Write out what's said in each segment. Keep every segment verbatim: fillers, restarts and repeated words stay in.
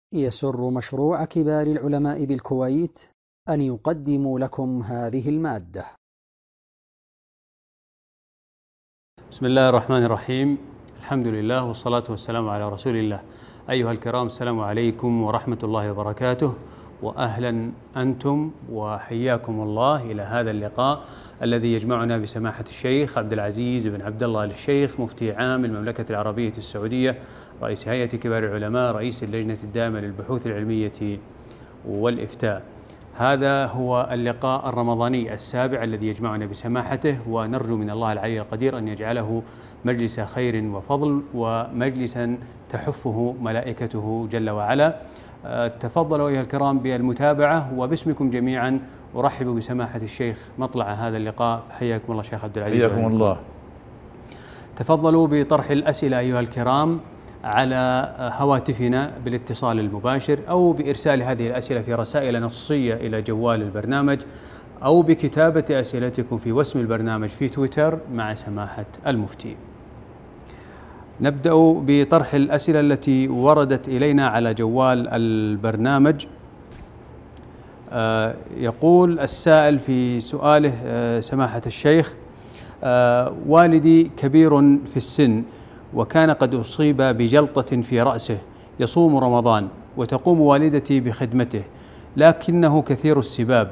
يسر مشروع كبار العلماء بالكويت أن يقدم لكم هذه المادة. بسم الله الرحمن الرحيم. الحمد لله والصلاة والسلام على رسول الله. أيها الكرام، السلام عليكم ورحمة الله وبركاته، وأهلا أنتم وحياكم الله إلى هذا اللقاء الذي يجمعنا بسماحة الشيخ عبد العزيز بن عبد الله آل الشيخ، مفتي عام المملكة العربية السعودية، رئيس هيئة كبار العلماء، رئيس اللجنة الدائمة للبحوث العلمية والإفتاء. هذا هو اللقاء الرمضاني السابع الذي يجمعنا بسماحته، ونرجو من الله العلي القدير أن يجعله مجلس خير وفضل ومجلسا تحفه ملائكته جل وعلا. تفضلوا أيها الكرام بالمتابعة، وباسمكم جميعا أرحب بسماحة الشيخ مطلع هذا اللقاء. حياكم الله شيخ عبد العزيز. حياكم الله. تفضلوا بطرح الأسئلة أيها الكرام على هواتفنا بالاتصال المباشر، أو بإرسال هذه الأسئلة في رسائل نصية إلى جوال البرنامج، أو بكتابة أسئلتكم في وسم البرنامج في تويتر مع سماحة المفتي. نبدأ بطرح الأسئلة التي وردت إلينا على جوال البرنامج. آه يقول السائل في سؤاله: آه سماحة الشيخ، آه والدي كبير في السن، وكان قد أصيب بجلطة في رأسه، يصوم رمضان وتقوم والدتي بخدمته، لكنه كثير السباب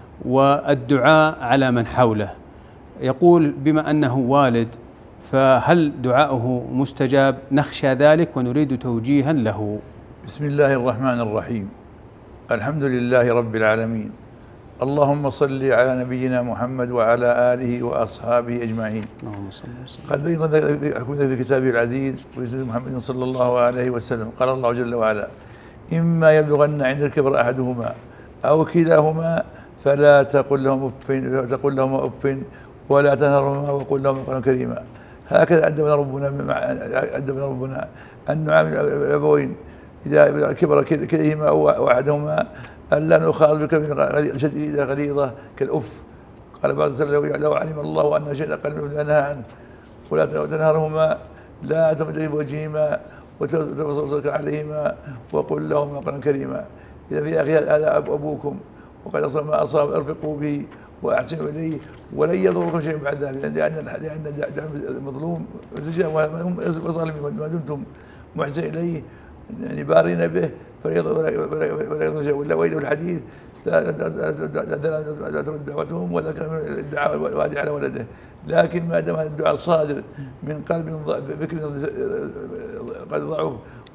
والدعاء على من حوله. يقول بما أنه والد فهل دعاؤه مستجاب؟ نخشى ذلك ونريد توجيها له. بسم الله الرحمن الرحيم. الحمد لله رب العالمين، اللهم صل على نبينا محمد وعلى آله وأصحابه أجمعين. اللهم صل وسلم. قد بين في كتابه العزيز وسيدنا محمد صلى الله عليه وسلم، قال الله جل وعلا: إما يبلغن عند الكبر أحدهما أو كلاهما فلا تقل لهم أف تقل لهم أف ولا تنهرهما وقل لهم قولا كريما. هكذا أدبنا ربنا أدبنا ربنا أن نعامل الأبوين إذا كبر كليهما أو أحدهما ألا نخاطب بكلمة شديدة غليظة كالأف. قال بعض السلف: لو علم الله أن شيئا قليلا لنهى عنه. ولا تنهرهما، لا تمد بوجههما وتبصرك عليهما وقل لهما قولا كريما. إذا في أخي هذا أبوكم وقد أصاب ما أصاب ارفقوا به وأحسنوا إليه ولن يضركم شيء بعد ذلك، لأن لأن دعم المظلوم وهم ظالمين ما دمتم محسن إليه يعني بارين به فلا يضر شيء. ولا ويل الحديث لا ترد دعوتهم ولا كان الدعاء الوادي على ولده. لكن ما دام الدعاء صادر من قلب فكر قد ضعف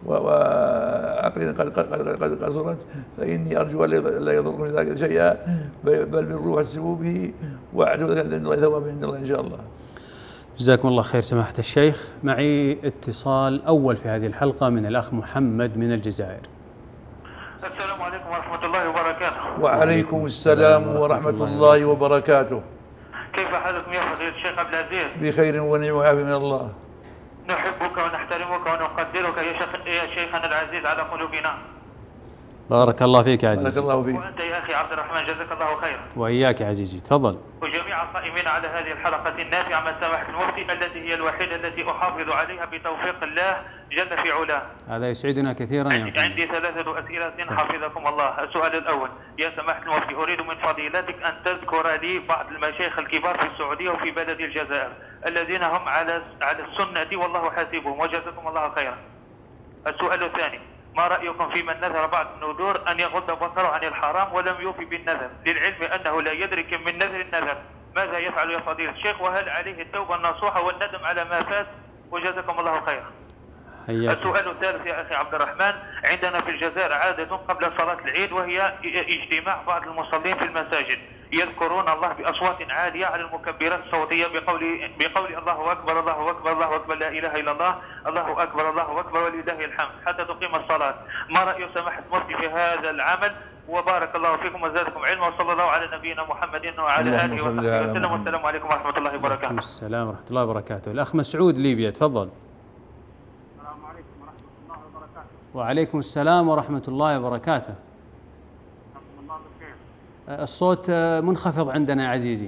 وعقل قد قد قصرت، فإني أرجو لا يضركم ذلك شيئا، بل بالروح السبوا به واعتبر عند الله ثواب عند الله إن شاء الله. جزاكم الله خير سماحة الشيخ. معي اتصال أول في هذه الحلقة من الأخ محمد من الجزائر. السلام عليكم ورحمة الله وبركاته. وعليكم السلام ورحمة الله وبركاته. كيف حالكم يا فضيلة الشيخ عبد العزيز؟ بخير ونعم وعافية من الله. نحبك ونحترمك ونقدرك يا شيخ يا شيخنا العزيز على قلوبنا. بارك الله فيك يا عزيزي. بارك الله فيك. وأنت يا أخي عبد الرحمن جزاك الله خيرا. وإياك يا عزيزي، تفضل. وجميع القائمين على هذه الحلقة النافعة من سماحة المفتي، التي هي الوحيدة التي أحافظ عليها بتوفيق الله جل في علاه. هذا يسعدنا كثيرا يا عندي, عندي ثلاثة أسئلة حفظكم الله. السؤال الأول: يا سماحة المفتي، أريد من فضيلتك أن تذكر لي بعض المشايخ الكبار في السعودية وفي بلد الجزائر الذين هم على على السنة والله حاسبهم، وجزاكم الله خيرا. السؤال الثاني: ما رأيكم في من نذر بعض النذور أن يغض بصره عن الحرام ولم يوفي بالنذر، للعلم أنه لا يدري كم من نذر النذر؟ ماذا يفعل يا فضيلة الشيخ؟ وهل عليه التوبة النصوحة والندم على ما فات؟ وجزاكم الله خيرا. حياك. السؤال الثالث يا أخي عبد الرحمن: عندنا في الجزائر عادة قبل صلاة العيد، وهي اجتماع بعض المصلين في المساجد يذكرون الله بأصوات عالية على المكبرات الصوتية بقول بقول الله أكبر الله أكبر الله أكبر لا إله إلا الله الله أكبر الله أكبر ولله الحمد حتى تقيم الصلاة. ما رأي سماحة المفتي في هذا العمل؟ وبارك الله فيكم وزادكم علما، وصلى الله على نبينا محمد وعلى آله وصحبه وسلم، والسلام عليكم ورحمة الله وبركاته. السلام ورحمة الله وبركاته. الأخ مسعود ليبيا، تفضل. السلام عليكم ورحمة الله وبركاته. وعليكم السلام ورحمة الله وبركاته. الله بالخير. الصوت منخفض عندنا يا عزيزي.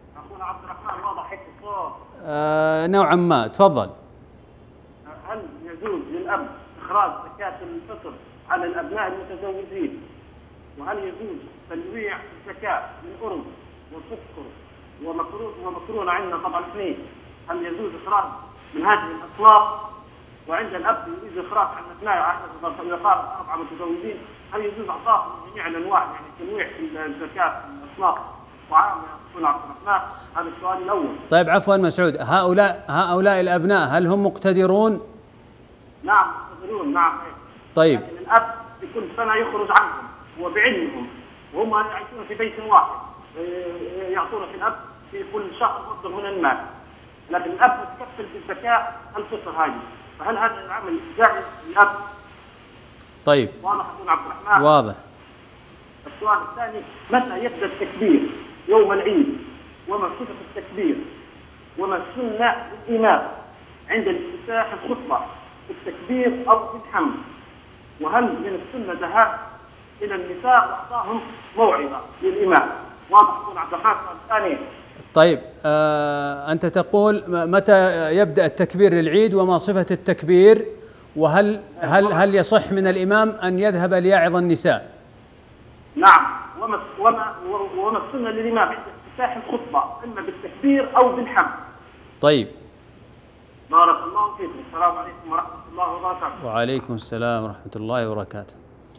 أخونا عبد الرحمن واضح هيك الصوت؟ آه نوعا ما، تفضل. هل يجوز للأب إخراج زكاة الفطر على الأبناء المتزوجين؟ وهل يجوز تنويع الزكاة من أرز وسكر ومكرونة ومكرونة عندنا طبعا اثنين، هل يجوز إخراج من هذه الأصناف؟ وعند الأب يريد إخراج عن أبنائه عدد يقارب أربعة متزوجين، هل يجوز إعطاهم جميع الأنواع يعني تنويع في الزكاة في الأصناف وعامة يكون عبد الرحمن؟ هذا السؤال الأول. طيب عفوا مسعود، هؤلاء هؤلاء الأبناء هل هم مقتدرون؟ نعم مقتدرون، نعم. طيب. لكن الأب في كل سنة يخرج عنهم وبعلمهم وهم يعيشون في بيت واحد، يعطون في الأب في كل شهر مصدر من المال، لكن الأب متكفل بالزكاة الفطر هذه، فهل هذا العمل جائز للأب؟ طيب. واضح أبو عبد الرحمن؟ واضح. السؤال الثاني، متى يبدأ التكبير يوم العيد؟ وما صفة التكبير؟ وما السنة للإمام عند الافتتاح الخطبة بالتكبير أو بالحمد؟ وهل من السنة ذهاب إلى النساء وأعطاهم موعظة للإمام؟ واضح أبو عبد الرحمن الثاني. طيب آه أنت تقول متى يبدأ التكبير للعيد وما صفة التكبير، وهل هل هل يصح من الإمام أن يذهب ليعظ النساء؟ نعم، وما وما وما السنة للإمام عند افتتاح الخطبة إما بالتكبير أو بالحمد؟ طيب. بارك الله فيكم، السلام عليكم ورحمة الله وبركاته. وعليكم السلام ورحمة الله وبركاته.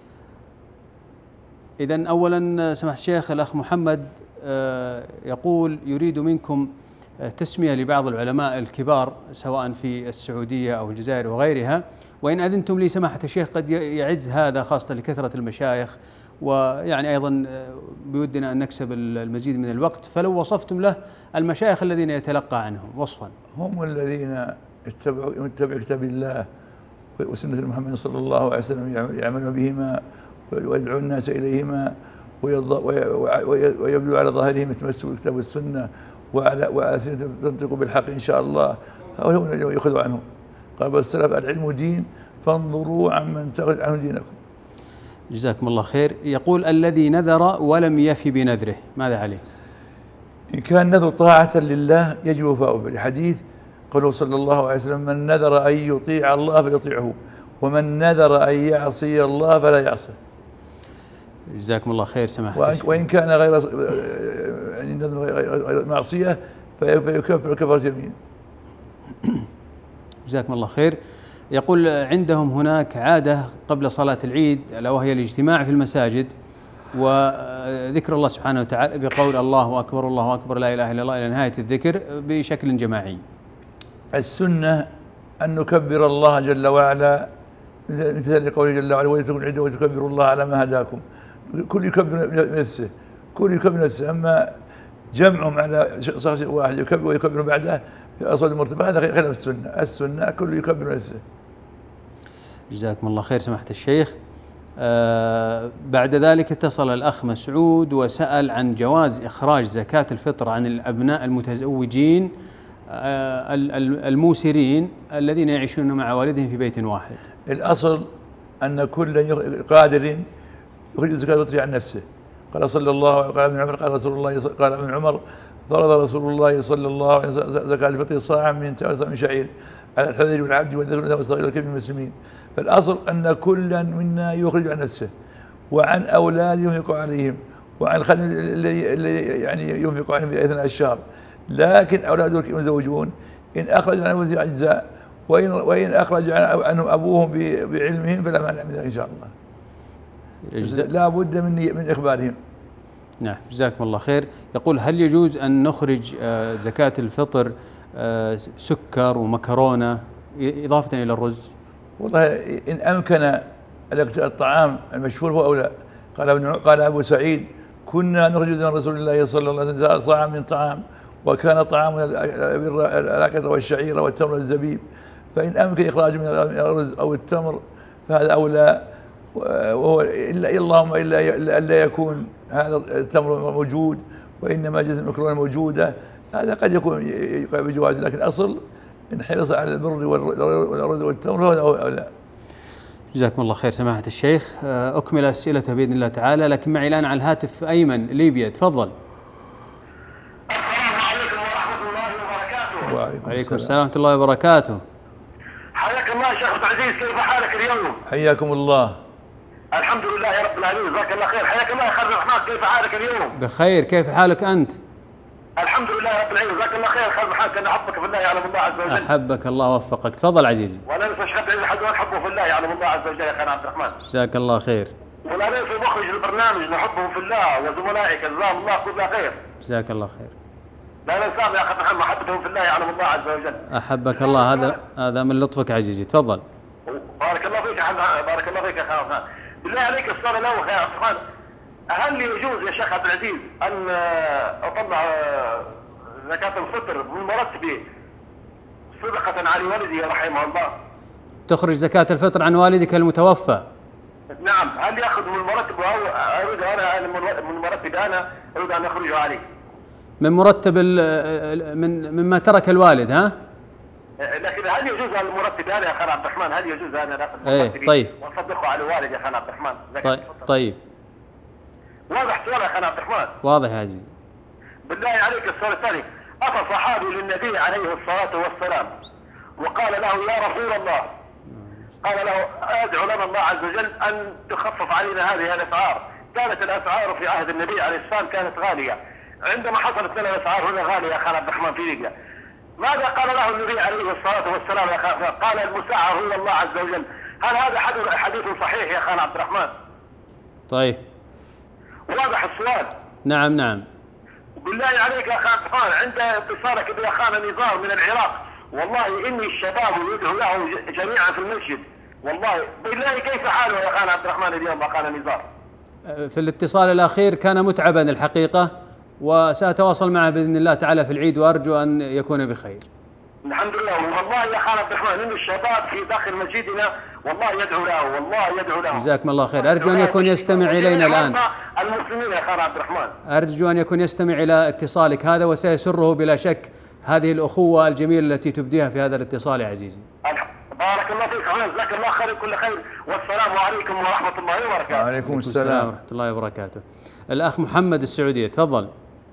إذن أولا سماحة الشيخ الأخ محمد يقول يريد منكم تسمية لبعض العلماء الكبار سواء في السعودية أو الجزائر وغيرها، وإن أذنتم لي سماحة الشيخ قد يعز هذا خاصة لكثرة المشايخ، ويعني أيضا بودنا أن نكسب المزيد من الوقت، فلو وصفتم له المشايخ الذين يتلقى عنهم وصفا. هم الذين اتبعوا يتبعوا كتاب الله وسنة محمد صلى الله عليه وسلم، يعملون بهما ويدعو الناس إليهما ويبدو على ظاهرهم يتمسكوا بالكتاب والسنة وعلى وألسنة تنطق بالحق إن شاء الله، هؤلاء يأخذوا عنهم. قال السلف العلم دين فانظروا عمن تأخذ عنه دينكم. جزاكم الله خير. يقول الذي نذر ولم يفي بنذره ماذا عليه؟ إن كان نذر طاعة لله يجب وفاؤه بالحديث، قوله صلى الله عليه وسلم من نذر أن يطيع الله فليطيعه ومن نذر أن يعصي الله فلا يعصيه. جزاكم الله خير سماحة. وإن كان غير يعني غير معصية فيكفر كفارة يمين. جزاكم الله خير. يقول عندهم هناك عادة قبل صلاة العيد ألا وهي الاجتماع في المساجد وذكر الله سبحانه وتعالى بقول الله أكبر الله أكبر لا إله إلا الله إلى نهاية الذكر بشكل جماعي. السنة أن نكبر الله جل وعلا مثل قوله جل وعلا ولتكن عدة وتكبروا الله على ما هداكم. كل يكبر نفسه كل يكبر نفسه، أما جمعهم على شخص واحد يكبر ويكبر بعده أصوات مرتفعة هذا خلاف السنة. السنة كل يكبر نفسه. جزاكم الله خير سماحة الشيخ. آه بعد ذلك اتصل الأخ مسعود وسأل عن جواز إخراج زكاة الفطر عن الأبناء المتزوجين آه الموسرين الذين يعيشون مع والدهم في بيت واحد. الأصل أن كل قادر يخرج زكاة الفطر عن نفسه. قال صلى الله عليه قال ابن عمر قال رسول الله قال ابن عمر فرض رسول الله صلى الله عليه وسلم زكاة الفطر صاعا من من شعير على الحذر والعبد والذكر والصغير والكبير من المسلمين. فالأصل أن كل منا يخرج عن نفسه وعن أولاده ينفق عليهم وعن الخدم الذي يعني ينفق عليهم في أثناء الشهر، لكن أولاده المتزوجون إن أخرج عن أنفسهم أجزاء وإن وإن أخرج عنهم أبوهم بعلمهم فلا مانع من ذلك إن شاء الله. لا بد من من إخبارهم. نعم جزاكم الله خير. يقول هل يجوز أن نخرج زكاة الفطر سكر ومكرونة إضافة إلى الرز؟ والله إن أمكن الطعام المشهور هو أولى. قال ابن قال أبو سعيد كنا نخرج من رسول الله صلى الله عليه وسلم صاعا من طعام وكان طعامنا العكة والشعير والتمر والزبيب، فإن أمكن إخراج من الرز أو التمر فهذا أولى، وهو إلا اللهم إلا ألا يكون هذا التمر موجود وإنما جزء المكرونة موجودة، هذا قد يكون بجواز، لكن أصل انحرص على البر والرز والتمر هو أولى. جزاكم الله خير سماحة الشيخ. أكمل أسئلته بإذن الله تعالى، لكن معي الآن على الهاتف أيمن ليبيا، تفضل. السلام عليكم ورحمة الله وبركاته. وعليكم السلام ورحمة الله وبركاته. حياك الله الله شيخ عبد العزيز، كيف حالك اليوم؟ حياكم الله. الحمد لله يا رب العالمين، جزاك الله خير. حياك الله يا خالد الرحمن، كيف حالك اليوم؟ بخير، كيف حالك أنت؟ الحمد لله يا رب العالمين، جزاك الله خير. خالد الرحمن، كان احبك في الله يعلم الله عز وجل. أحبك الله ووفقك، تفضل عزيزي. ولا ننسى شيخ عبد العزيز حد نحبه في الله يعلم الله عز وجل يا خالد عبد الرحمن. جزاك الله خير. ولا ننسى مخرج البرنامج نحبهم في الله وزملائك جزاهم الله كل خير. جزاك الله خير. لا ننساهم يا خالد الرحمن، محبتهم في الله يعلم الله عز وجل. أحبك الله، هذا هذا من لطفك عزيزي، تفضل. بارك الله فيك يا حبيبي، بارك الله فيك يا خالد الرحمن. بالله عليك السؤال الاول يا عبد الرحمن، هل يجوز يا شيخ عبد العزيز ان اطلع زكاة الفطر من مرتبي صدقة على والدي رحمه الله؟ تخرج زكاة الفطر عن والدك المتوفى؟ نعم، هل ياخذ من مرتب او اريد انا من مرتب انا اريد ان اخرجه عليه؟ من مرتب من مما ترك الوالد، ها؟ لكن هل يجوز المرتب انا يا خال عبد الرحمن، هل يجوز انا ناخذ ايه مرتبي طيب واصدقه على والدي يا خال عبد الرحمن؟ طيب طيب واضح سؤال يا خال عبد الرحمن؟ واضح يا عزيزي. بالله عليك السؤال الثاني، اتى صحابي للنبي عليه الصلاه والسلام وقال له يا رسول الله، قال له ادعو لنا الله عز وجل ان تخفف علينا هذه الاسعار. كانت الاسعار في عهد النبي عليه السلام كانت غاليه، عندما حصلت لنا الاسعار هنا غاليه يا خال عبد الرحمن في ليبيا، ماذا قال له النبي عليه الصلاه والسلام يا خال؟ قال المسعر هو الله عز وجل. هل هذا حديث صحيح يا خال عبد الرحمن؟ طيب واضح السؤال؟ نعم نعم. بالله عليك يا خال عبد الرحمن، عند اتصالك باخانا نزار من العراق، والله اني الشباب يدعو له جميعا في المسجد، والله بالله كيف حاله يا خال عبد الرحمن اليوم اخانا نزار؟ في الاتصال الأخير كان متعبا الحقيقة، وسأتواصل معه بإذن الله تعالى في العيد، وأرجو أن يكون بخير. الحمد لله. والله يا خال عبد الرحمن إن الشباب في داخل مسجدنا والله يدعو له، والله يدعو له. جزاكم الله خير. أرجو أن يكون يستمع إلينا الآن. المسلمين يا خال عبد الرحمن. أرجو أن يكون يستمع إلى اتصالك هذا، وسيسره بلا شك هذه الأخوة الجميلة التي تبديها في هذا الاتصال يا عزيزي. بارك الله فيك، جزاك الله خير كل خير، والسلام عليكم ورحمة الله وبركاته. وعليكم السلام ورحمة الله وبركاته. الأخ محمد السعودية، تفضل.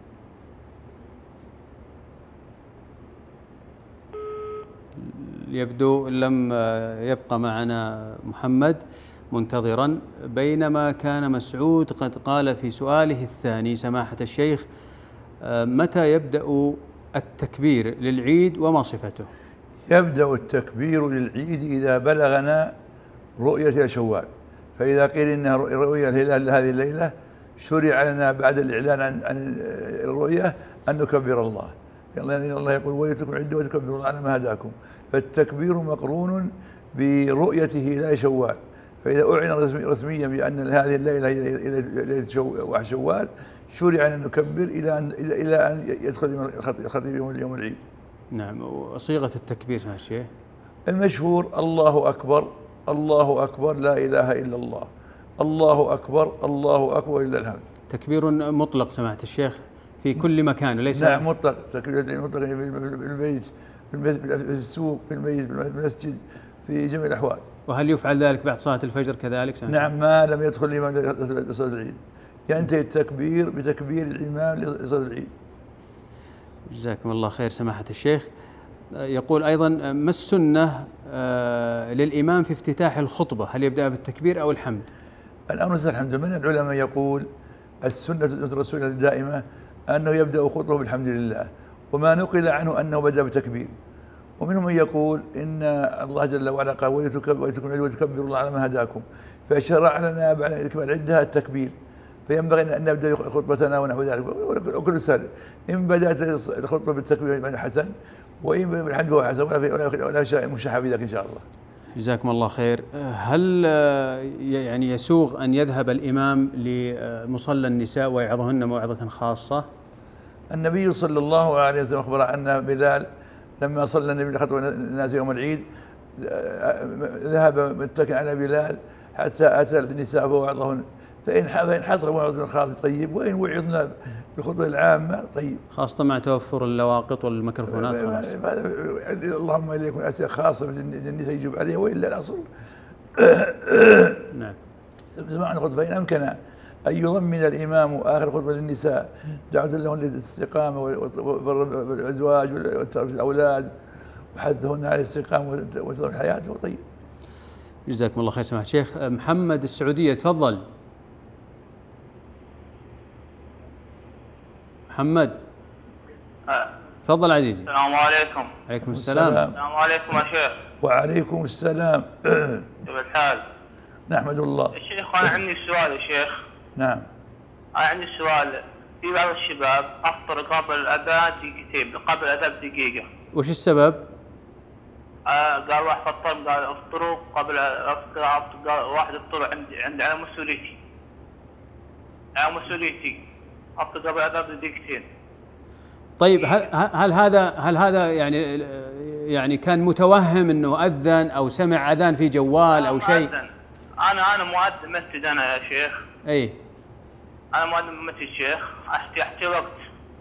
يبدو لم يبقى معنا محمد منتظرا، بينما كان مسعود قد قال في سؤاله الثاني سماحة الشيخ متى يبدأ التكبير للعيد وما صفته؟ يبدأ التكبير للعيد إذا بلغنا رؤية شوال، فإذا قيل إنها رؤية الهلال هذه الليلة شرع لنا بعد الإعلان عن عن الرؤية أن نكبر الله. الله يقول ولتكن عدة وتكبروا الله على ما هداكم، فالتكبير مقرون برؤية هلال شوال، فإذا أعلن رسميا بأن هذه الليلة هي ليلة واحد شوال شرع أن نكبر إلى أن إلى أن يدخل الخطيب يوم العيد. نعم. وصيغة التكبير سمع الشيخ؟ المشهور الله أكبر الله أكبر لا إله إلا الله، الله أكبر الله أكبر لله الحمد. تكبير مطلق سماحة الشيخ في كل مكان وليس؟ نعم مطلق، تكبير مطلق في البيت في السوق في البيت في المسجد في جميع الأحوال. وهل يفعل ذلك بعد صلاة الفجر كذلك؟ نعم، ما لم يدخل الإمام لصلاة العيد ينتهي التكبير بتكبير الإمام لصلاة العيد. جزاكم الله خير سماحة الشيخ. يقول أيضا ما السنة للإمام في افتتاح الخطبة، هل يبدأ بالتكبير أو الحمد؟ الأمر الحمد. من العلماء يقول السنة الرسول الدائمة أنه يبدأ خطبه بالحمد لله، وما نقل عنه أنه بدأ بالتكبير، ومنهم من يقول إن الله جل وعلا قال ولتكبروا الله على ما هداكم، فشرع لنا بعد إكمال العدة التكبير، فينبغي أن نبدأ خطبتنا ونحو ذلك وكل سهل. إن بدأت الخطبة بالتكبير حسن، وإن بالحمد فهو حسن، ولا ولا شيء مشاحة في ذلك إن شاء الله. جزاكم الله خير. هل يعني يسوغ أن يذهب الإمام لمصلى النساء ويعظهن موعظة خاصة؟ النبي صلى الله عليه وسلم أخبر أن بلال لما صلى النبي خطبة الناس يوم العيد ذهب متكئا على بلال حتى أتى النساء فوعظهن، فإن حصل موعظة خاصة طيب، وإن وعظنا بالخطبة العامة طيب، خاصة مع توفر اللواقط والميكروفونات. اللهم إلا يكون أسئلة خاصة النساء يجب عليها، وإلا الأصل نعم سماع الخطبة. إن أمكن أن يضمن الإمام آخر خطبة للنساء دعوة لهن للاستقامة والأزواج والتربية الأولاد وحثهن على الاستقامة وتطور الحياة، وطيب. جزاكم الله خير سماحة الشيخ. محمد السعودية تفضل. محمد تفضل عزيزي. السلام عليكم. عليكم السلام. السلام عليكم يا شيخ. وعليكم السلام. كيف الحال؟ نحمد الله. الشيخ أنا عندي سؤال يا شيخ. نعم. أنا عندي سؤال. في بعض الشباب أفطر قبل الأذان دقيقتين، قبل الأذان بدقيقة. وش السبب؟ آه قال واحد فطر قال افطروا قبل أفطر. قال واحد افطر عند عند على مسؤوليتي. على مسؤوليتي. أفطر قبل الأذان بدقيقتين. طيب هل هل هذا هل هذا يعني يعني كان متوهم انه اذن او سمع اذان في جوال او شيء؟ انا انا مؤذن مسجد انا يا شيخ. اي انا مؤذن مسجد شيخ. احتي احتي وقت.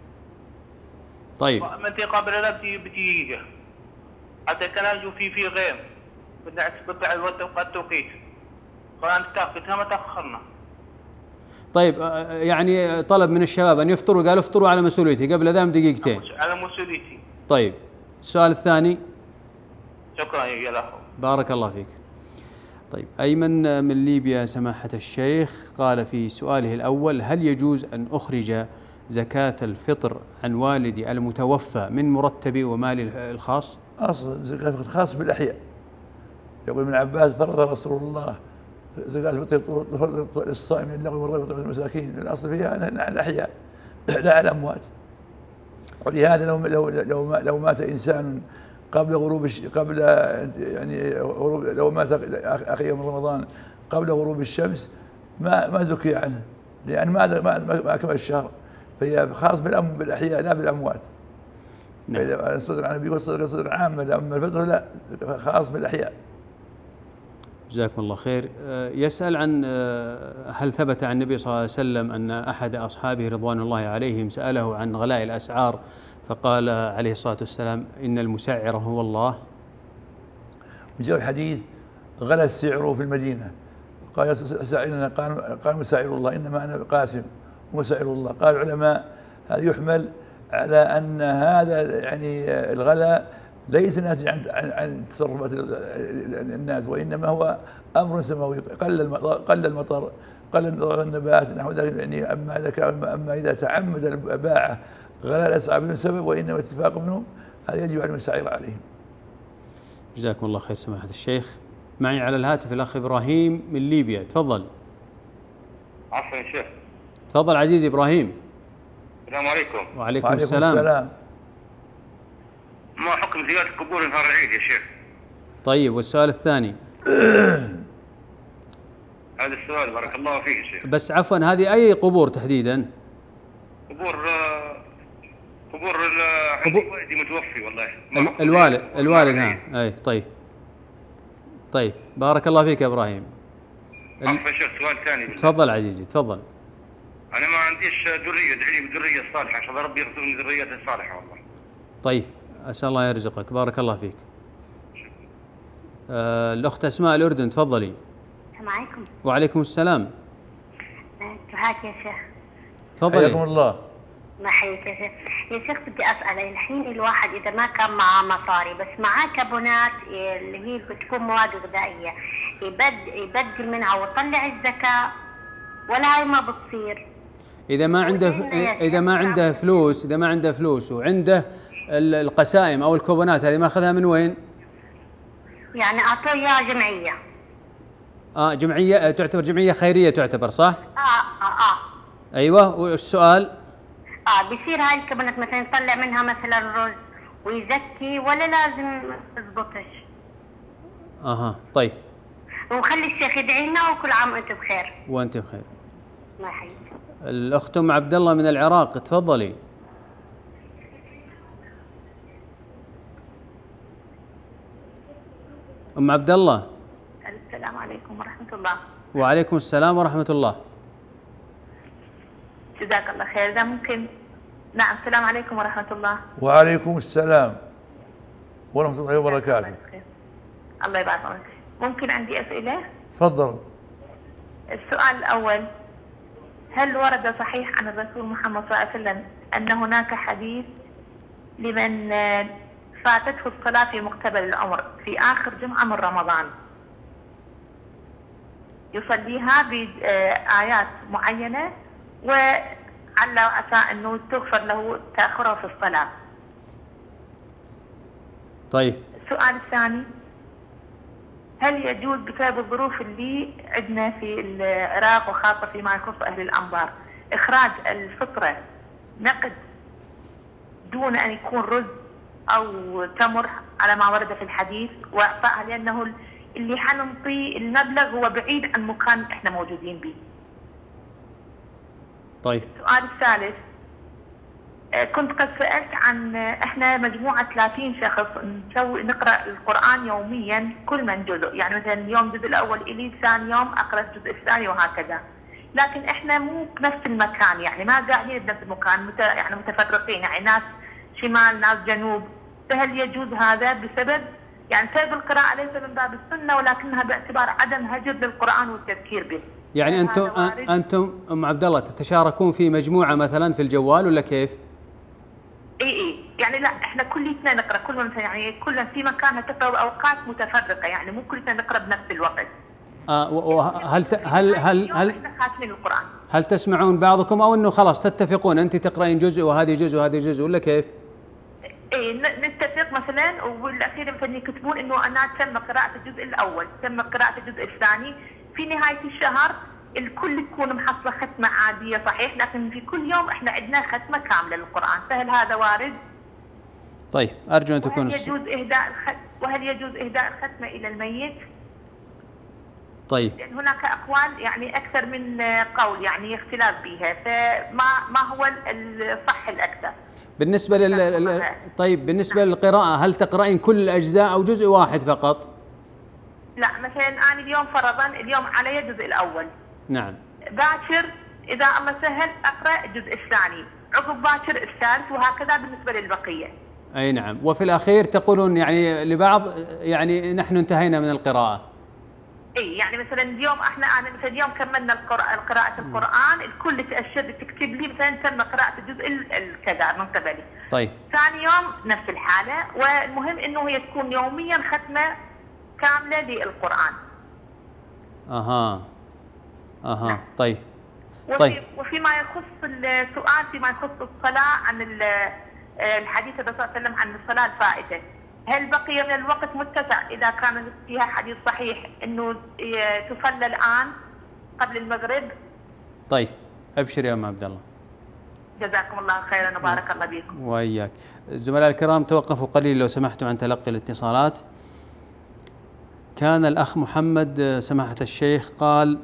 طيب متى قبل الأذان بدقيقة. حتى كان ارجو في في غيم. بدنا بدنا الوقت التوقيت. قال انت تاخذها ما تاخرنا. طيب يعني طلب من الشباب ان يفطروا، قالوا افطروا على مسؤوليتي قبل اذان بدقيقتين. على مسؤوليتي. طيب السؤال الثاني. شكرا يا الاخ. بارك الله فيك. طيب أيمن من ليبيا سماحة الشيخ قال في سؤاله الأول: هل يجوز أن أخرج زكاة الفطر عن والدي المتوفى من مرتبي ومالي الخاص؟ أصل زكاة الفطر خاص بالأحياء. يقول ابن عباس: فرض رسول الله زكاة الفطر للصائم اللغو والرفث والمساكين. الأصل فيها على الأحياء لا على الأموات. ولهذا لو لو لو لو مات إنسان قبل غروب قبل يعني غروب لو مات أخي يوم رمضان قبل غروب الشمس ما ما زكي عنه، لأن ما ما ما أكمل الشهر، فهي خاص بالأم بالأحياء لا بالأموات. نعم. إذا الصدر عن النبي والصدر صدر عامة، أما الفطر لا خاص بالأحياء. جزاكم الله خير. يسأل عن هل ثبت عن النبي صلى الله عليه وسلم أن أحد أصحابه رضوان الله عليهم سأله عن غلاء الأسعار فقال عليه الصلاة والسلام: إن المسعر هو الله. وجاء الحديث: غلا السعر في المدينة. قال: سعرنا. قال قال مسعر الله، إنما أنا قاسم ومسعر الله. قال العلماء: هذا يحمل على أن هذا يعني الغلاء ليس ناتج عن عن تصرفات الناس، وإنما هو أمر سماوي. قل المطر قل المطر قل النبات نحو ذلك. يعني أما إذا كان أما إذا تعمد الباعة غلاء الأسعار بدون سبب وإنما اتفاق منهم، هذا يجب أن يسعر عليهم. جزاكم الله خير سماحة الشيخ. معي على الهاتف الأخ إبراهيم من ليبيا، تفضل. عفوا يا شيخ. تفضل عزيزي إبراهيم. السلام عليكم. وعليكم, وعليكم السلام. السلام. ما حكم زيارة قبور نهار العيد يا شيخ؟ طيب والسؤال الثاني. هذا السؤال بارك الله فيك يا شيخ. بس عفوا، هذه أي قبور تحديدا؟ قبور قبور والدي متوفي والله. الوالد الوالد ها اي. طيب طيب بارك الله فيك يا ابراهيم. عفوا يا شيخ، سؤال ثاني. تفضل عزيزي تفضل. انا ما عنديش ذريه، ادعي لي بالذريه الصالحه عشان ربي يرزقني ذريته الصالحه والله. طيب اسال الله يرزقك، بارك الله فيك. آه الاخت اسماء الاردن، تفضلي. السلام عليكم. وعليكم السلام. هاك يا شيخ. تفضلي. حياكم الله. ما حيك يا شيخ. يا شيخ بدي اسال، الحين الواحد اذا ما كان معاه مصاري بس معاه كابونات اللي هي بتكون مواد غذائيه، يبد يبدل منها ويطلع الزكاه ولا هاي ما بتصير؟ اذا ما عنده ف... اذا ما عنده فلوس اذا ما عنده فلوس وعنده القسائم او الكوبونات، هذه ما اخذها من وين؟ يعني اعطوه اياها جمعيه. اه جمعيه، تعتبر جمعيه خيريه تعتبر، صح؟ اه اه اه ايوه. والسؤال؟ اه بيصير هاي الكابونات مثلا يطلع منها مثلا رز ويزكي ولا لازم تزبطش؟ اها طيب. وخلي الشيخ يدعي لنا وكل عام وانتم بخير. وانت بخير. الله يحييك. الاخت ام عبد الله من العراق، تفضلي. ام عبد الله. السلام عليكم ورحمه الله. وعليكم السلام ورحمه الله. جزاك الله خير. إذا ممكن. نعم السلام عليكم ورحمة الله. وعليكم السلام ورحمة الله وبركاته. الله يبارك فيك. ممكن عندي أسئلة؟ تفضل. السؤال الأول: هل ورد صحيح عن الرسول محمد صلى الله عليه وسلم أن هناك حديث لمن فاتته الصلاة في مقتبل العمر في آخر جمعة من رمضان يصليها بآيات معينة وعلى عسى أنه تغفر له تأخره في الصلاة. طيب. السؤال الثاني، هل يجوز بسبب الظروف اللي عندنا في العراق وخاصة فيما يخص أهل الأنبار إخراج الفطرة نقد دون أن يكون رز أو تمر على ما ورد في الحديث وإعطائها، لأنه اللي حننطي المبلغ هو بعيد عن مكان إحنا موجودين به؟ طيب. السؤال الثالث، كنت قد سألت عن احنا مجموعة ثلاثين شخص نسوي نقرأ القرآن يوميا كل من جزء، يعني مثلا اليوم الجزء الأول إلي، ثاني يوم أقرأ الجزء الثاني وهكذا، لكن احنا مو بنفس المكان، يعني ما قاعدين بنفس المكان، مت... يعني متفرقين، يعني ناس شمال ناس جنوب. فهل يجوز هذا بسبب يعني سبب القراءة ليس من باب السنة ولكنها باعتبار عدم هجر للقرآن والتذكير به؟ يعني أنتم أنتم أم عبد الله تتشاركون في مجموعة مثلا في الجوال ولا كيف؟ اي اي يعني لا احنا كلنا نقرا كل مثلا يعني كلنا في مكانها تقرا باوقات متفرقه، يعني مو كلنا نقرا بنفس الوقت. اه وهل ت... هل هل هل احنا خاتمين القران. هل تسمعون بعضكم او انه خلاص تتفقون انت تقراين جزء وهذه جزء وهذه جزء ولا كيف؟ اي نتفق مثلا والاخير مثلا يكتبون انه انا تم قراءه الجزء الاول، تم قراءه الجزء الثاني، في نهايه الشهر الكل تكون محصله ختمه عاديه صحيح، لكن في كل يوم احنا عندنا ختمه كامله للقران، فهل هذا وارد؟ طيب ارجو ان تكون. وهل يجوز اهداء الخ... وهل يجوز اهداء الختمه الى الميت؟ طيب. لان هناك اقوال يعني اكثر من قول يعني اختلاف بها، فما ما هو الصح الاكثر؟ بالنسبه لل طيب بالنسبه للقراءه هل تقرأين كل الاجزاء او جزء واحد فقط؟ لا مثلا انا اليوم فرضا اليوم علي الجزء الاول. نعم. باكر اذا الله سهل اقرا الجزء الثاني، عقب باكر الثالث، وهكذا بالنسبه للبقيه. اي نعم، وفي الاخير تقولون يعني لبعض يعني نحن انتهينا من القراءه. اي يعني مثلا اليوم احنا انا مثلا اليوم كملنا القراءة قراءة القرآن، الكل تأشر تكتب لي مثلا تم قراءة الجزء الكذا من قبلي. طيب. ثاني يوم نفس الحالة، والمهم انه هي تكون يوميا ختمة كاملة للقرآن. اها. اها نعم. طيب. وفي طيب. وفيما يخص السؤال فيما يخص الصلاة عن الحديث الرسول صلى الله عليه وسلم عن الصلاة الفائتة، هل بقي من الوقت متسع إذا كان فيها حديث صحيح أنه تصلى الآن قبل المغرب؟ طيب أبشر يا أم عبد الله. جزاكم الله خيرا وبارك الله بكم. وإياك. الزملاء الكرام توقفوا قليل لو سمحتم عن تلقي الاتصالات. كان الأخ محمد سماحة الشيخ قال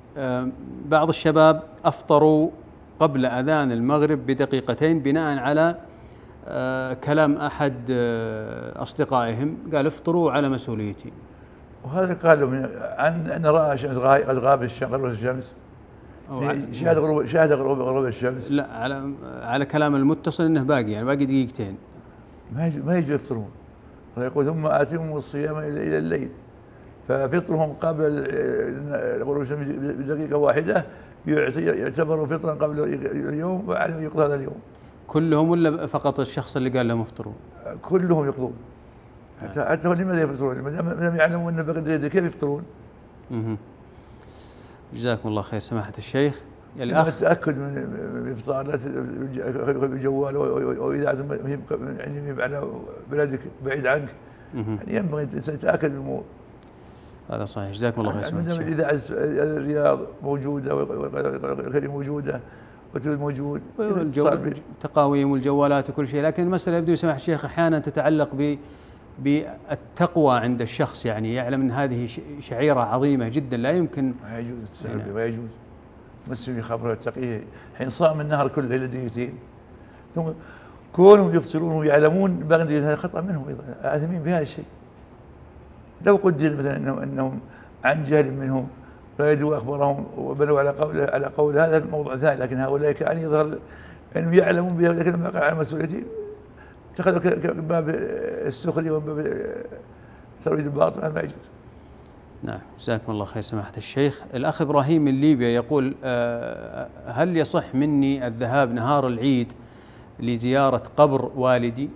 بعض الشباب أفطروا قبل أذان المغرب بدقيقتين بناء على آه كلام أحد آه أصدقائهم، قال افطروا على مسؤوليتي. وهذا قالوا من عن أن رأى الشمس قد غاب الشمس غربت الشمس شاهد غروب شاهد غروب غروب الشمس. لا على على كلام المتصل انه باقي يعني باقي دقيقتين. ما يجي ما يجي يفطرون. يقول ثم آتيهم الصيام إلى الليل، ففطرهم قبل غروب الشمس بدقيقة واحدة يعتبر فطرا قبل اليوم وعلى يقضى هذا اليوم. كلهم ولا فقط الشخص اللي قال لهم افطروا؟ كلهم يقضون. حتى حتى لماذا يفطرون؟ ما دام يعلمون ان بقي دقيقة كيف يفطرون؟ اها. جزاكم الله خير سماحة الشيخ. الأخ التأكد من الإفطار لا بالجوال وإذا يعني على بلدك بعيد عنك، يعني ينبغي الإنسان يتأكد من الأمور. هذا صحيح، جزاكم الله خير سماحة الشيخ. إذا الرياض موجودة والكريم موجودة وتويت موجود، التقاويم والجوالات وكل شيء، لكن المسألة يبدو سماحة الشيخ أحيانا تتعلق ب بالتقوى عند الشخص، يعني يعلم ان هذه شعيرة عظيمة جدا لا يمكن. ما يجوز السحب، ما يجوز. مسلم يخبر التقيه حين صام النهر كله الى دنيتين، ثم كونهم يفطرون ويعلمون باقي هذا خطأ منهم ايضا، آثمين بهذا الشيء. لو قدر مثلا انهم انهم عن جهل منهم لا يدروا اخبارهم وبنوا على قول على قول هذا موضوع ثاني، لكن هؤلاء كان يظهر انهم يعلمون بها لكن ما قال على مسؤوليته، اتخذوا باب السخريه وباب ترويج الباطل، ما يجوز. نعم، جزاكم الله خير سماحة الشيخ. الأخ إبراهيم من ليبيا يقول هل يصح مني الذهاب نهار العيد لزيارة قبر والدي؟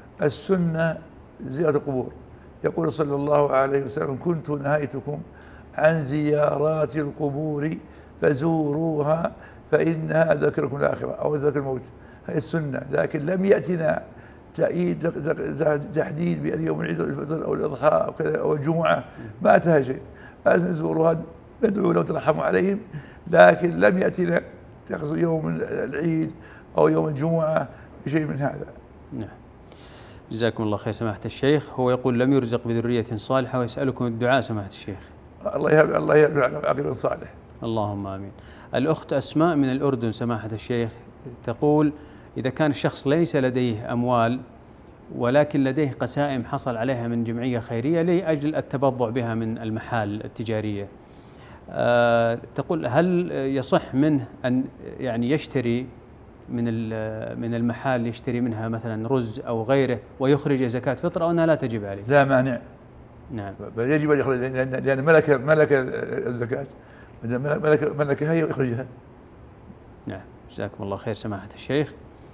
السنة زيارة القبور، يقول صلى الله عليه وسلم كنت نهيتكم عن زيارات القبور فزوروها فإنها ذكركم الآخرة أو ذكر الموت. هذه السنة، لكن لم يأتنا تأييد تحديد بأن يوم العيد الفطر أو الأضحى أو كذا أو الجمعة، ما أتاها شيء. زوروها ندعو لهم ترحموا عليهم، لكن لم يأتنا تقصد يوم العيد أو يوم الجمعة بشيء من هذا. نعم. جزاكم الله خير سماحة الشيخ. هو يقول لم يرزق بذرية صالحة ويسألكم الدعاء سماحة الشيخ. الله يرزق الله يرزق عقل صالح. اللهم آمين. الأخت أسماء من الأردن سماحة الشيخ تقول إذا كان الشخص ليس لديه أموال ولكن لديه قسائم حصل عليها من جمعية خيرية لأجل التبضع بها من المحال التجارية، أه تقول هل يصح منه أن يعني يشتري من من المحال يشتري منها مثلا رز أو غيره ويخرج زكاة فطر أو أنها لا تجب عليه؟ لا مانع. نعم. بل يجب أن يخرج لأن ملك ملك الزكاة، ملك ملكها يخرجها. نعم. جزاكم الله خير سماحة الشيخ.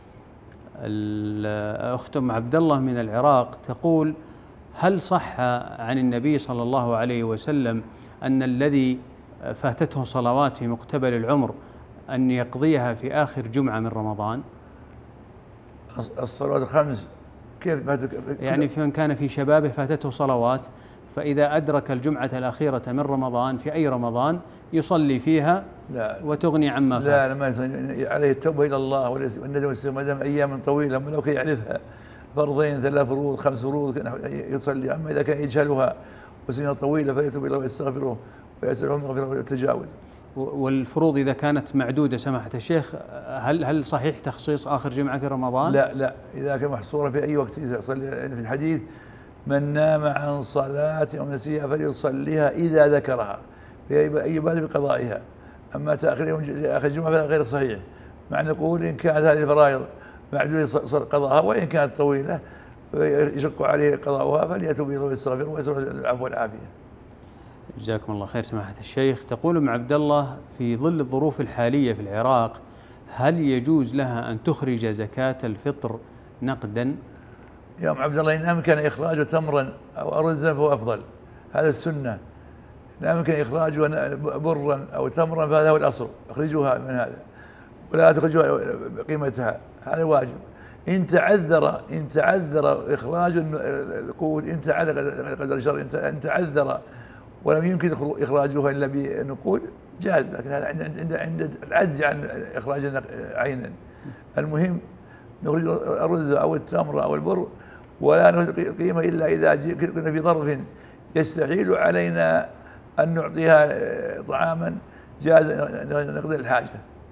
الأخت أم عبد الله من العراق تقول هل صح عن النبي صلى الله عليه وسلم أن الذي فاتته صلوات في مقتبل العمر أن يقضيها في آخر جمعة من رمضان؟ الصلوات الخمس كيف ما يعني في من كان في شبابه فاتته صلوات فإذا أدرك الجمعة الأخيرة من رمضان في أي رمضان يصلي فيها لا وتغني عما فات. لا لا ما عليه التوبة إلى الله والندم والسلام، ما دام أيام طويلة ولو كان يعرفها فرضين ثلاث فروض خمس فروض يصلي. أما إذا كان يجهلها وسنين طويلة فيتوب إلى الله ويستغفره ويسأل عنه المغفرة والتجاوز. والفروض إذا كانت معدودة سماحة الشيخ هل هل صحيح تخصيص آخر جمعة في رمضان؟ لا لا، إذا كان محصورة في أي وقت يصلي. في الحديث من نام عن صلاة أو نسيها فليصليها إذا ذكرها في أي باب بقضائها. أما تأخير يوم آخر الجمعة فهذا غير صحيح، مع أن نقول إن كانت هذه الفرائض معدودة قضاءها وإن كانت طويلة يشق عليه قضاؤها فليتوب إلى الله ويستغفر ويسأل العفو والعافية. جزاكم الله خير سماحة الشيخ. تقول أم عبد الله في ظل الظروف الحالية في العراق هل يجوز لها أن تخرج زكاة الفطر نقدا؟ يا أم عبد الله إن أمكن إخراج تمرا أو أرزا فهو أفضل، هذا السنة. إن أمكن إخراج برا أو تمرا فهذا هو الأصل، أخرجوها من هذا ولا تخرجوها قيمتها، هذا واجب. إن تعذر إن تعذر إخراج القوت، إن تعذر قدر الشر، إن تعذر ولم يمكن إخراجها إلا بنقود جاز، لكن هذا عند عند عند العجز عن إخراج عينا. المهم نخرج الرز أو التمر أو البر ولا نخرج القيمة إلا إذا كنا في ظرف يستحيل علينا أن نعطيها طعاما جاز نقضي الحاجة.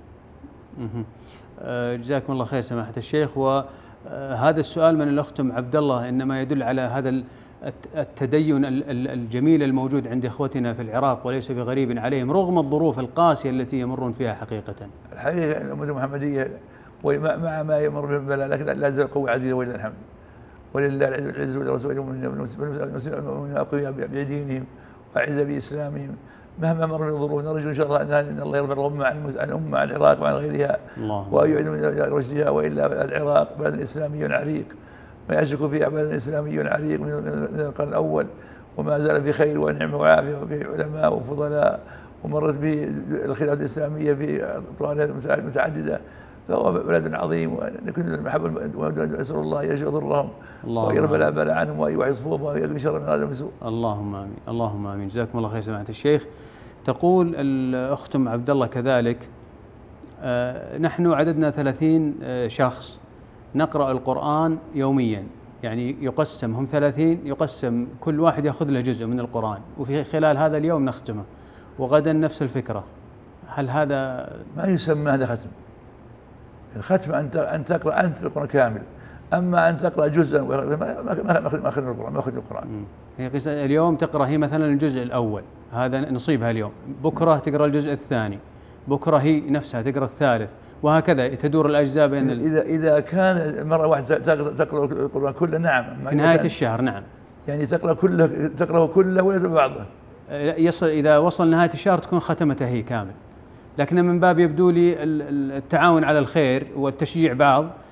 جزاكم الله خير سماحة الشيخ. وهذا السؤال من الأخت أم عبد الله إنما يدل على هذا التدين الجميل الموجود عند إخوتنا في العراق وليس بغريب عليهم رغم الظروف القاسية التي يمرون فيها حقيقة. الحقيقة الأمة المحمدية مع ما يمر من البلاء لكن لا تزال قوة عزيزة ولله الحمد، ولله العز ولرسوله والمؤمنين أقوياء بدينهم وأعزة بإسلامهم مهما مر من الظروف. نرجو إن شاء الله أن الله يرفع الأمة عن الأمة عن العراق وعن غيرها ويعيد من رشدها، وإلا العراق بلد إسلامي عريق ما يشك فيه بلد إسلامي عريق من القرن الأول وما زال في خير ونعمة وعافية وفي علماء وفضلاء ومرت به الخلافة الإسلامية في أطوار متعددة، فهو بلد عظيم ونكون المحبة ونسأل الله يجزي ضرهم ويرفع الآبال عنهم ويوعي صفوفهم ويقضي شر من هذا المسوء. اللهم آمين. اللهم آمين. جزاكم الله خير سماحة الشيخ. تقول الأخت أم عبد الله كذلك آه نحن عددنا ثلاثين آه شخص نقرأ القرآن يوميا، يعني يقسم هم ثلاثين يقسم كل واحد يأخذ له جزء من القرآن وفي خلال هذا اليوم نختمه وغدا نفس الفكرة. هل هذا ما يسمى هذا ختم؟ الختم أنت أن تقرأ أنت القرآن كامل، أما أن تقرأ جزءا ما ما أخذ القرآن ما أخذ القرآن. هي اليوم تقرأ هي مثلا الجزء الأول هذا نصيبها اليوم، بكرة تقرأ الجزء الثاني، بكرة هي نفسها تقرأ الثالث، وهكذا تدور الأجزاء بين إذا إذا كان مرة واحدة تقرأ القرآن كله نعم في نهاية الشهر نعم، يعني تقرأ كله تقرأه كله ولا بعضه. يصل إذا وصل نهاية الشهر تكون ختمته هي كامل، لكن من باب يبدو لي التعاون على الخير والتشجيع بعض،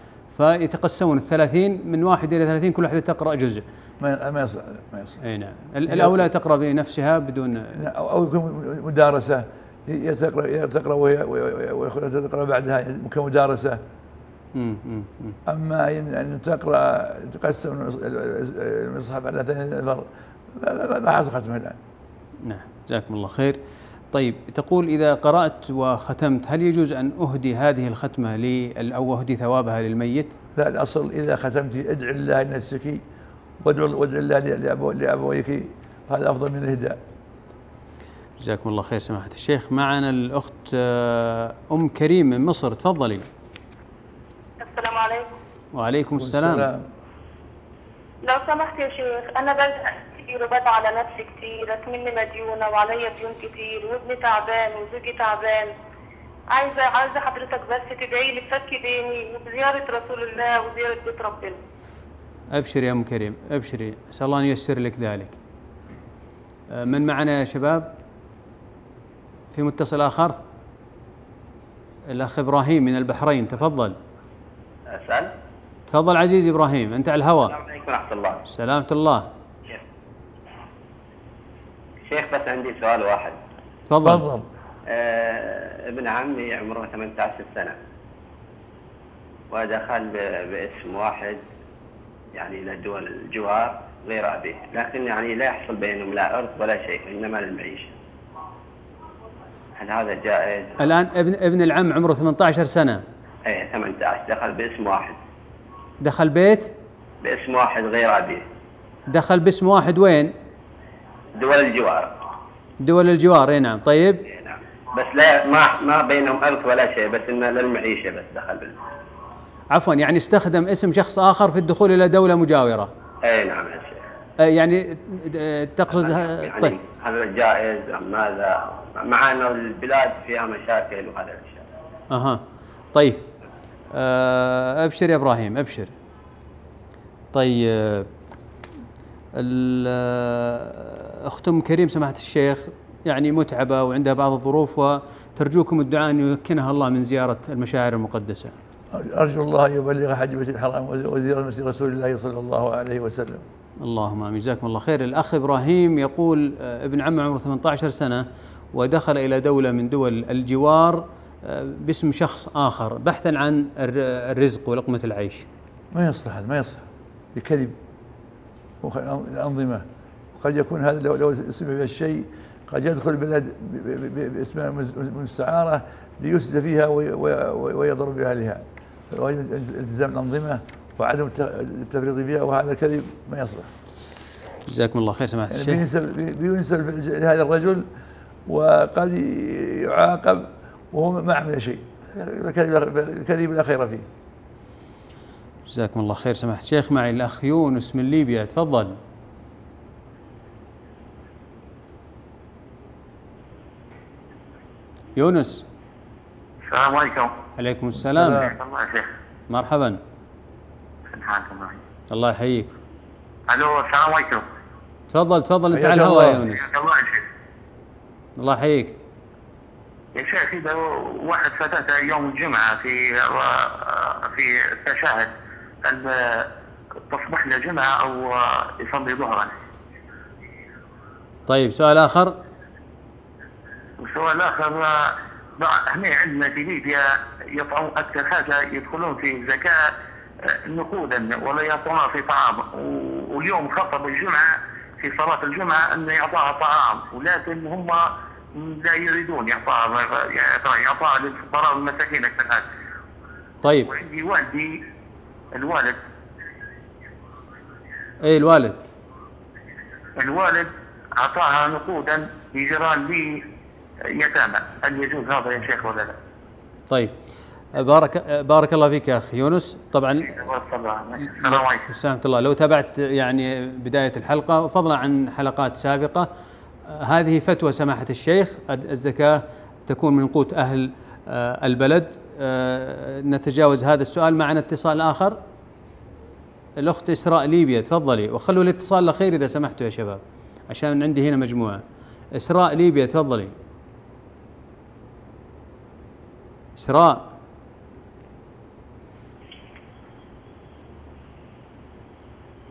فيتقسمون الثلاثين من واحد إلى ثلاثين، كل واحدة تقرأ جزء. ما ما يصح ما يصح. أي نعم. الأولى تقرأ بنفسها بدون، أو يكون مدارسة، تقرأ تقرأ ويأخذ تقرأ بعدها كمدارسة. أما أن تقرأ تقسم المصحف على ثلاثين نفر ما حصل ختمها الآن. نعم جزاكم الله خير. طيب تقول إذا قرأت وختمت هل يجوز أن أهدي هذه الختمة لي أو أهدي ثوابها للميت؟ لا، الأصل إذا ختمت ادعي الله لنفسك وادعو الله لأبويك، هذا أفضل من الهداء. جزاكم الله خير سماحة الشيخ. معنا الأخت أم كريم من مصر، تفضلي. السلام عليكم. وعليكم السلام. السلام. لو سمحت يا شيخ، أنا بزهق كثير وبدعى على نفسي كثير، مني مديونة وعلي ديون كثير وابني تعبان وزوجي تعبان. عايزة عايزة حضرتك بس تدعي لي بفك ديني وبزيارة رسول الله وزيارة بيت ربنا. أبشري يا أم كريم، أبشري، أسأل الله أن ييسر لك ذلك. من معنا يا شباب؟ في متصل آخر؟ الأخ إبراهيم من البحرين، تفضل. أسأل؟ تفضل عزيزي إبراهيم، أنت على الهواء. السلام عليكم ورحمة الله. سلامة الله. شيخ بس عندي سؤال واحد. تفضل. تفضل. آه ابن عمي عمره ثمانية عشر سنة ودخل باسم واحد يعني إلى دول الجوار غير أبيه، لكن يعني لا يحصل بينهم لا إرث ولا شيء، إنما للمعيشة. هل هذا جائز؟ الآن ابن ابن العم عمره ثمانية عشر سنة. ايه ثمانية عشر، دخل باسم واحد. دخل بيت؟ باسم واحد غير أبيه. دخل باسم واحد وين؟ دول الجوار. دول الجوار، اي نعم. طيب. اي نعم. بس لا ما ما بينهم إرث ولا شيء، بس إنه للمعيشة بس دخل بال. عفوا، يعني استخدم اسم شخص آخر في الدخول إلى دولة مجاورة. اي نعم يا شيخ. يعني تقصد يعني طيب هل جائز أم ماذا؟ مع أن البلاد فيها مشاكل وهذا الأشياء. أها طيب. أبشر يا إبراهيم، أبشر. طيب الأخت أم كريم سماحة الشيخ يعني متعبة وعندها بعض الظروف، وترجوكم الدعاء أن يمكنها الله من زيارة المشاعر المقدسة. أرجو الله يبلغ حج بيت الحرام وزيارة مسجد رسول الله صلى الله عليه وسلم. اللهم آمين. جزاكم الله خير. الأخ إبراهيم يقول ابن عمه عمره ثمانية عشر سنة ودخل إلى دولة من دول الجوار باسم شخص آخر بحثا عن الرزق ولقمة العيش. ما يصلح هذا، ما يصلح، بكذب الأنظمة. وقد يكون هذا لو لو سمع بالشيء قد يدخل البلاد باسمها المستعارة ليفسد فيها ويضر بأهلها. التزام الأنظمة وعدم التفريط بها، وهذا كذب ما يصلح. جزاكم الله خير سماحة الشيخ. بينسب لهذا الرجل وقد يعاقب وهو ما عمل شيء، الكذب لا خير فيه. جزاكم الله خير سماحة الشيخ. معي الأخ يونس من ليبيا، تفضل. يونس. السلام عليكم. عليكم السلام. الله يا شيخ. مرحبا. الله يحييك. الو السلام عليكم. تفضل تفضل انت على الهواء يا يونس. الله يا شيخ. الله يحييك. يا شيخ إذا واحد فاتته يوم الجمعة في في التشهد هل تصبح له جمعة أو يصلي ظهرا؟ طيب سؤال آخر. والسؤال الآخر هنا عندنا في ليبيا يطعمون أكثر حاجة يدخلون في زكاة نقودا ولا يعطونها في طعام، واليوم خطب الجمعة في صلاة الجمعة أن يعطاها طعام، ولكن هم لا يريدون يعطاها يعطاها للفقراء والمساكين أكثر حاجة. طيب. وعندي والدي الوالد. ايه الوالد؟ الوالد أعطاها نقودا لجيران لي يتامى، هل يجوز هذا يا شيخ ولا لا؟ طيب بارك بارك الله فيك يا اخي يونس. طبعا السلام عليكم. سلامة الله. لو تابعت يعني بداية الحلقة فضلا عن حلقات سابقة، هذه فتوى سماحة الشيخ، الزكاة تكون من قوت أهل البلد. نتجاوز هذا السؤال. معنا اتصال آخر. الأخت إسراء ليبيا، تفضلي، وخلوا الاتصال الأخير إذا سمحتوا يا شباب عشان عندي هنا مجموعة. إسراء ليبيا، تفضلي. إسراء.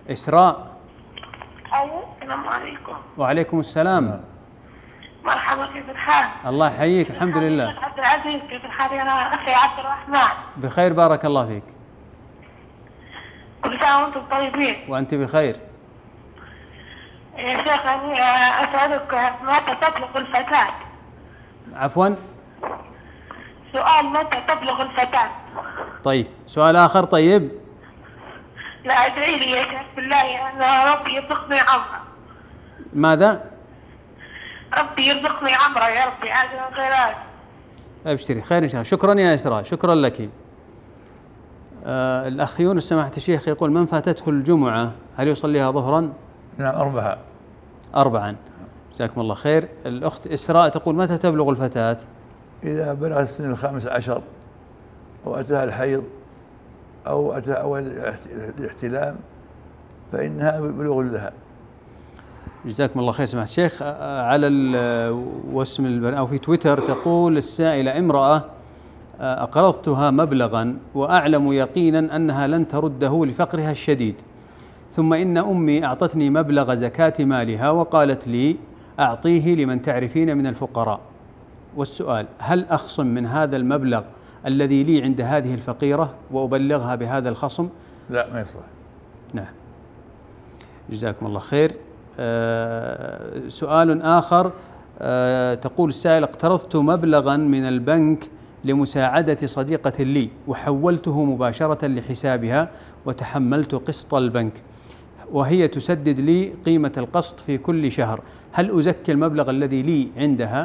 إسراء. أيوة السلام عليكم. وعليكم السلام. مرحبا، كيف الحال؟ الله يحييك. الحمد لله. عبد العزيز كيف الحال؟ أنا أخي عبد الرحمن. بخير بارك الله فيك. كل سنة وأنتم طيبين. وأنت بخير. يا شيخ أنا أسألك متى تبلغ الفتاة؟ عفوا؟ سؤال متى تبلغ الفتاة؟ طيب سؤال آخر. طيب لا ادعي لي يا شيخ بالله أن ربي يرزقني عمرة. ماذا؟ ربي يرزقني عمرة يا ربي، هذه الخيرات. أبشري خير إن شاء الله. شكرا يا إسراء، شكرا لك. آه الأخ يونس سماحة الشيخ يقول من فاتته الجمعة هل يصليها ظهرا؟ نعم أربعة. أربعا. جزاكم الله خير. الأخت إسراء تقول متى تبلغ الفتاة؟ إذا بلغ السن الخامس عشر وأتاها الحيض أو أتى أول الاحتلام فإنها بلوغ لها. جزاكم الله خير سماحة الشيخ. على الوسم أو في تويتر تقول السائلة امرأة أقرضتها مبلغا وأعلم يقينا أنها لن ترده لفقرها الشديد، ثم إن أمي أعطتني مبلغ زكاة مالها وقالت لي أعطيه لمن تعرفين من الفقراء، والسؤال هل أخصم من هذا المبلغ الذي لي عند هذه الفقيرة وأبلغها بهذا الخصم؟ لا ما يصلح. نعم جزاكم الله خير. آه سؤال آخر. آه تقول السائل اقترضت مبلغا من البنك لمساعدة صديقة لي وحولته مباشرة لحسابها وتحملت قسط البنك وهي تسدد لي قيمة القسط في كل شهر، هل أزكي المبلغ الذي لي عندها؟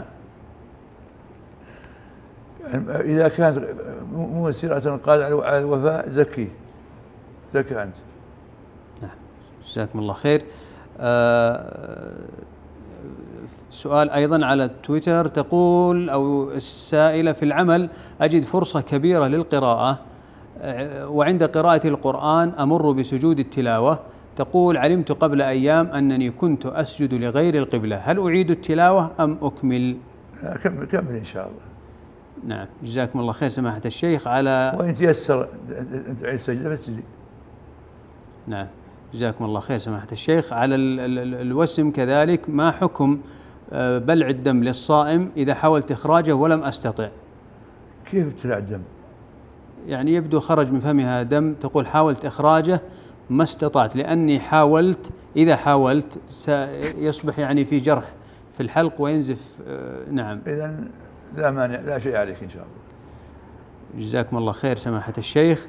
إذا كانت مؤثرة قادرة على الوفاء زكي زكى أنت. نعم جزاكم الله خير. آه سؤال أيضا على تويتر تقول أو السائلة في العمل أجد فرصة كبيرة للقراءة وعند قراءة القرآن أمر بسجود التلاوة، تقول علمت قبل أيام أنني كنت أسجد لغير القبلة، هل أعيد التلاوة أم أكمل؟ كمل كمل إن شاء الله. نعم جزاكم الله خير سماحة الشيخ. على وإن تيسر أنت تعيد السجدة فاسجد. نعم جزاكم الله خير سماحة الشيخ. على ال ال الوسم كذلك ما حكم بلع الدم للصائم إذا حاولت إخراجه ولم أستطع؟ كيف تبلع الدم؟ يعني يبدو خرج من فمها دم، تقول حاولت إخراجه ما استطعت لأني حاولت إذا حاولت سيصبح يعني في جرح في الحلق وينزف. نعم إذن لا مانع، لا شيء عليك إن شاء الله. جزاكم الله خير سماحة الشيخ.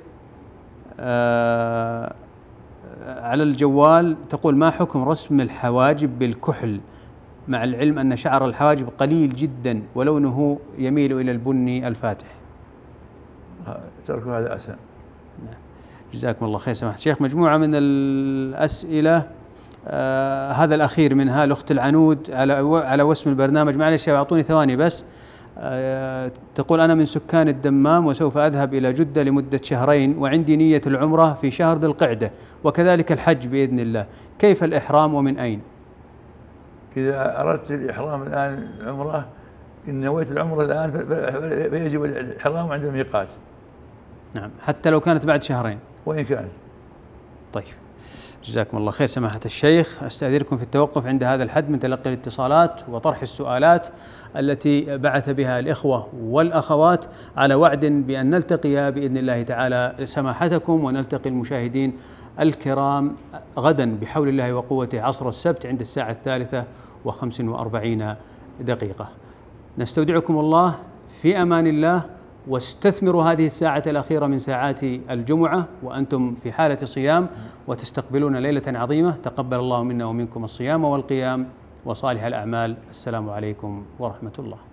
آه على الجوال تقول ما حكم رسم الحواجب بالكحل مع العلم أن شعر الحواجب قليل جدا ولونه يميل إلى البني الفاتح؟ تركوا هذا أسهل. نعم جزاكم الله خير سماحة الشيخ. مجموعة من الأسئلة آه هذا الأخير منها الأخت العنود على على وسم البرنامج. معلش أعطوني ثواني بس. آه تقول أنا من سكان الدمام وسوف أذهب إلى جدة لمدة شهرين وعندي نية العمرة في شهر ذي القعدة وكذلك الحج بإذن الله، كيف الإحرام ومن أين؟ إذا أردت الإحرام الآن العمرة إن نويت العمرة الآن فيجب الإحرام عند الميقات. نعم حتى لو كانت بعد شهرين وإن كانت. طيب جزاكم الله خير سماحة الشيخ. أستأذنكم في التوقف عند هذا الحد من تلقي الاتصالات وطرح السؤالات التي بعث بها الإخوة والأخوات، على وعد بأن نلتقي بإذن الله تعالى سماحتكم ونلتقي المشاهدين الكرام غدا بحول الله وقوته عصر السبت عند الساعة الثالثة وخمس وأربعين دقيقة. نستودعكم الله في أمان الله، واستثمروا هذه الساعة الأخيرة من ساعات الجمعة وأنتم في حالة صيام وتستقبلون ليلة عظيمة. تقبل الله منا ومنكم الصيام والقيام وصالح الأعمال. السلام عليكم ورحمة الله.